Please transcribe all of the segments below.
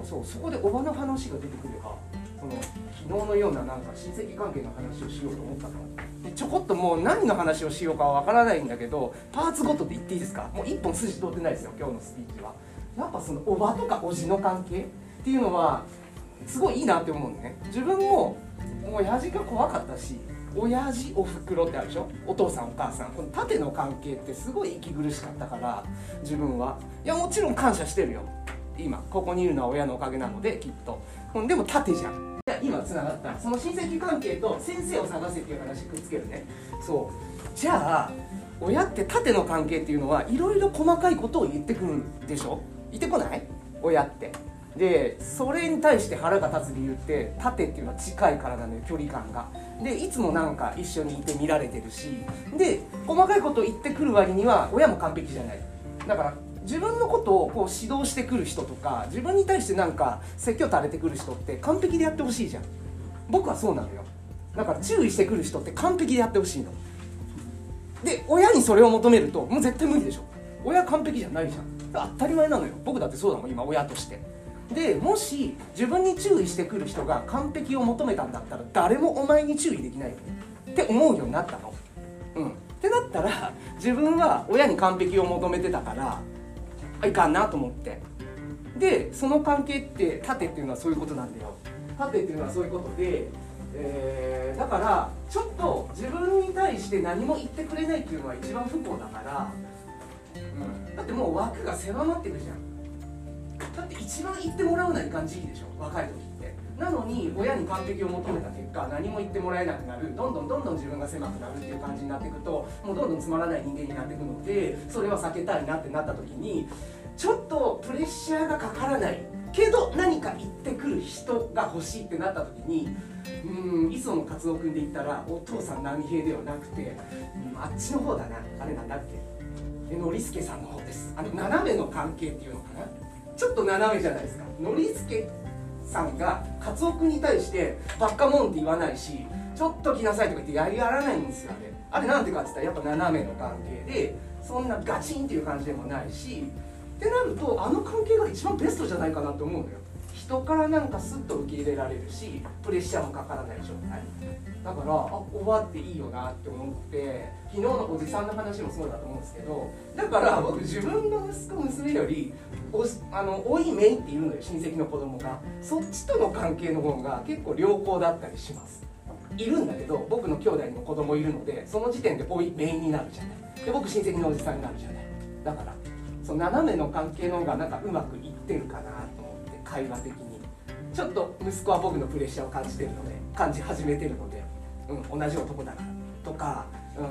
そこでおばの話が出てくれば、昨日のようななんか親戚関係の話をしようと思ったので、ちょこっともう何の話をしようかはわからないんだけど、パーツごとで言っていいですか。もう一本筋通ってないですよ今日のスピーチは。やっぱそのおばとかおじの関係っていうのはすごいいいなって思うのね。自分も親父が怖かったし、親父おふくろってあるでしょ、お父さんお母さん、この縦の関係ってすごい息苦しかったから、自分はいやもちろん感謝してるよ、今ここにいるのは親のおかげなのできっと。でも縦じゃん。今つながったその親戚関係と先生を探せっていう話くっつけるね。そうじゃあ親って縦の関係っていうのはいろいろ細かいことを言ってくるんでしょ。言ってこない親って。でそれに対して腹が立つ理由って縦っていうのは近いからなのよ、距離感が。でいつもなんか一緒にいて見られてるし、で細かいことを言ってくる割には親も完璧じゃない。だから自分のことをこう指導してくる人とか、自分に対してなんか説教垂れてくる人って完璧でやってほしいじゃん。僕はそうなのよ。だから注意してくる人って完璧でやってほしいので、親にそれを求めるともう絶対無理でしょ。親完璧じゃないじゃん。当たり前なのよ。僕だってそうだもん今親として。でもし自分に注意してくる人が完璧を求めたんだったら誰もお前に注意できないよねって思うようになったの。ってなったら自分は親に完璧を求めてたからいかんなと思って。でその関係って縦っていうのはそういうことなんだよ。縦っていうのはそういうことで、だからちょっと自分に対して何も言ってくれないっていうのは一番不幸だから、だってもう枠が狭まってるじゃん。だって一番言ってもらうなに感じいいでしょ若い時って。なのに親に完璧を求めた結果何も言ってもらえなくなる、どんどん自分が狭くなるっていう感じになっていくと、もうどんどんつまらない人間になっていくので、それは避けたいなってなった時にちょっとプレッシャーがかからないけど何か言ってくる人が欲しいってなった時に、磯野勝夫君で言ったらお父さん波平ではなくて、あっちの方だな、あれなんだっけ、ノリスケさんの方です。斜めの関係っていうのかな、ちょっと斜めじゃないですか。ノリスケさんが勝夫君に対してバッカモンって言わないし、ちょっと来なさいとか言ってやりやらないんですよ。あれなんてかって言ったらやっぱ斜めの関係で、そんなガチンっていう感じでもないしってなると、あの関係が一番ベストじゃないかなと思うのよ。人からなんかスッと受け入れられるし、プレッシャーもかからない状態だから、おばっていいよなって思って、昨日のおじさんの話もそうだと思うんですけど、だから僕自分の息子娘よりおいめいっていうのよ、親戚の子供が。そっちとの関係の方が結構良好だったりします。いるんだけど僕の兄弟にも子供いるので、その時点でおいめいになるじゃない。で僕親戚のおじさんになるじゃない。だからその斜めの関係の方がなんかうまくいってるかなと思って、会話的にちょっと息子は僕のプレッシャーを感じてるので、感じ始めてるので、同じ男だからとか、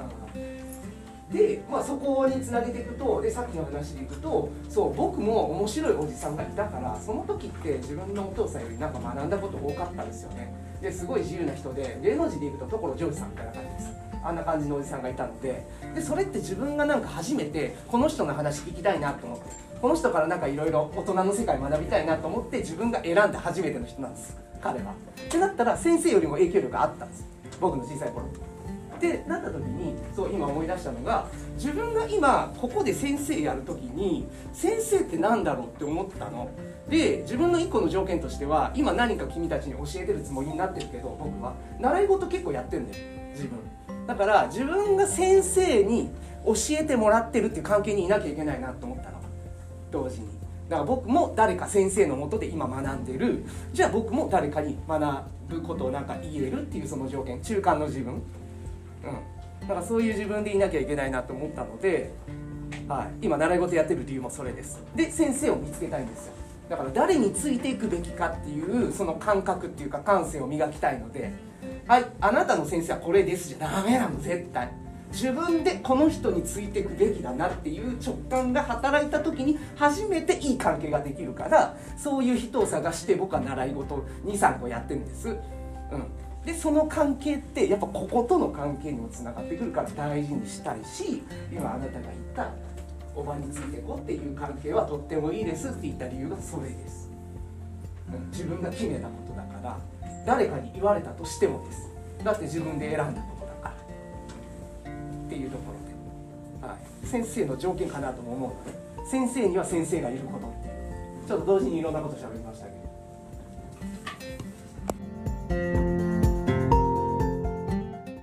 で、そこにつなげていくと、でさっきの話でいくと、そう僕も面白いおじさんがいたから、その時って自分のお父さんよりなんか学んだこと多かったですよね。ですごい自由な人で、芸能人でいくと所ジョージさんみたいな感じです。あんな感じのおじさんがいたので、それって自分がなんか初めてこの人の話聞きたいなと思って、この人からなんかいろいろ大人の世界学びたいなと思って自分が選んだ初めての人なんです、彼は。ってなったら先生よりも影響力があったんです、僕の小さい頃。ってなった時に、そう今思い出したのが、自分が今ここで先生やる時に先生ってなんだろうって思ったので、自分の一個の条件としては、今何か君たちに教えてるつもりになってるけど、僕は習い事結構やってんだよ自分。だから自分が先生に教えてもらってるっていう関係にいなきゃいけないなと思ったの、同時に。だから僕も誰か先生のもとで今学んでる、じゃあ僕も誰かに学ぶことをなんか言えるっていうその条件、中間の自分、だからそういう自分でいなきゃいけないなと思ったので、今習い事やってる理由もそれです。で先生を見つけたいんですよ。だから誰についていくべきかっていうその感覚っていうか感性を磨きたいので、あなたの先生はこれですじゃダメなの、絶対。自分でこの人についていくべきだなっていう直感が働いた時に初めていい関係ができるから、そういう人を探して僕は習い事 2,3 個やってるんです。でその関係ってやっぱこことの関係にもつながってくるから大事にしたいし、今あなたが言ったおばについてこっていう関係はとってもいいですって言った理由がそれです。自分が決めたことだから、誰かに言われたとしてもです。だって自分で選んだことだからっていうところで、先生の条件かなとも思うので、先生には先生がいることっていうちょっと同時にいろんなこと喋りましたけど。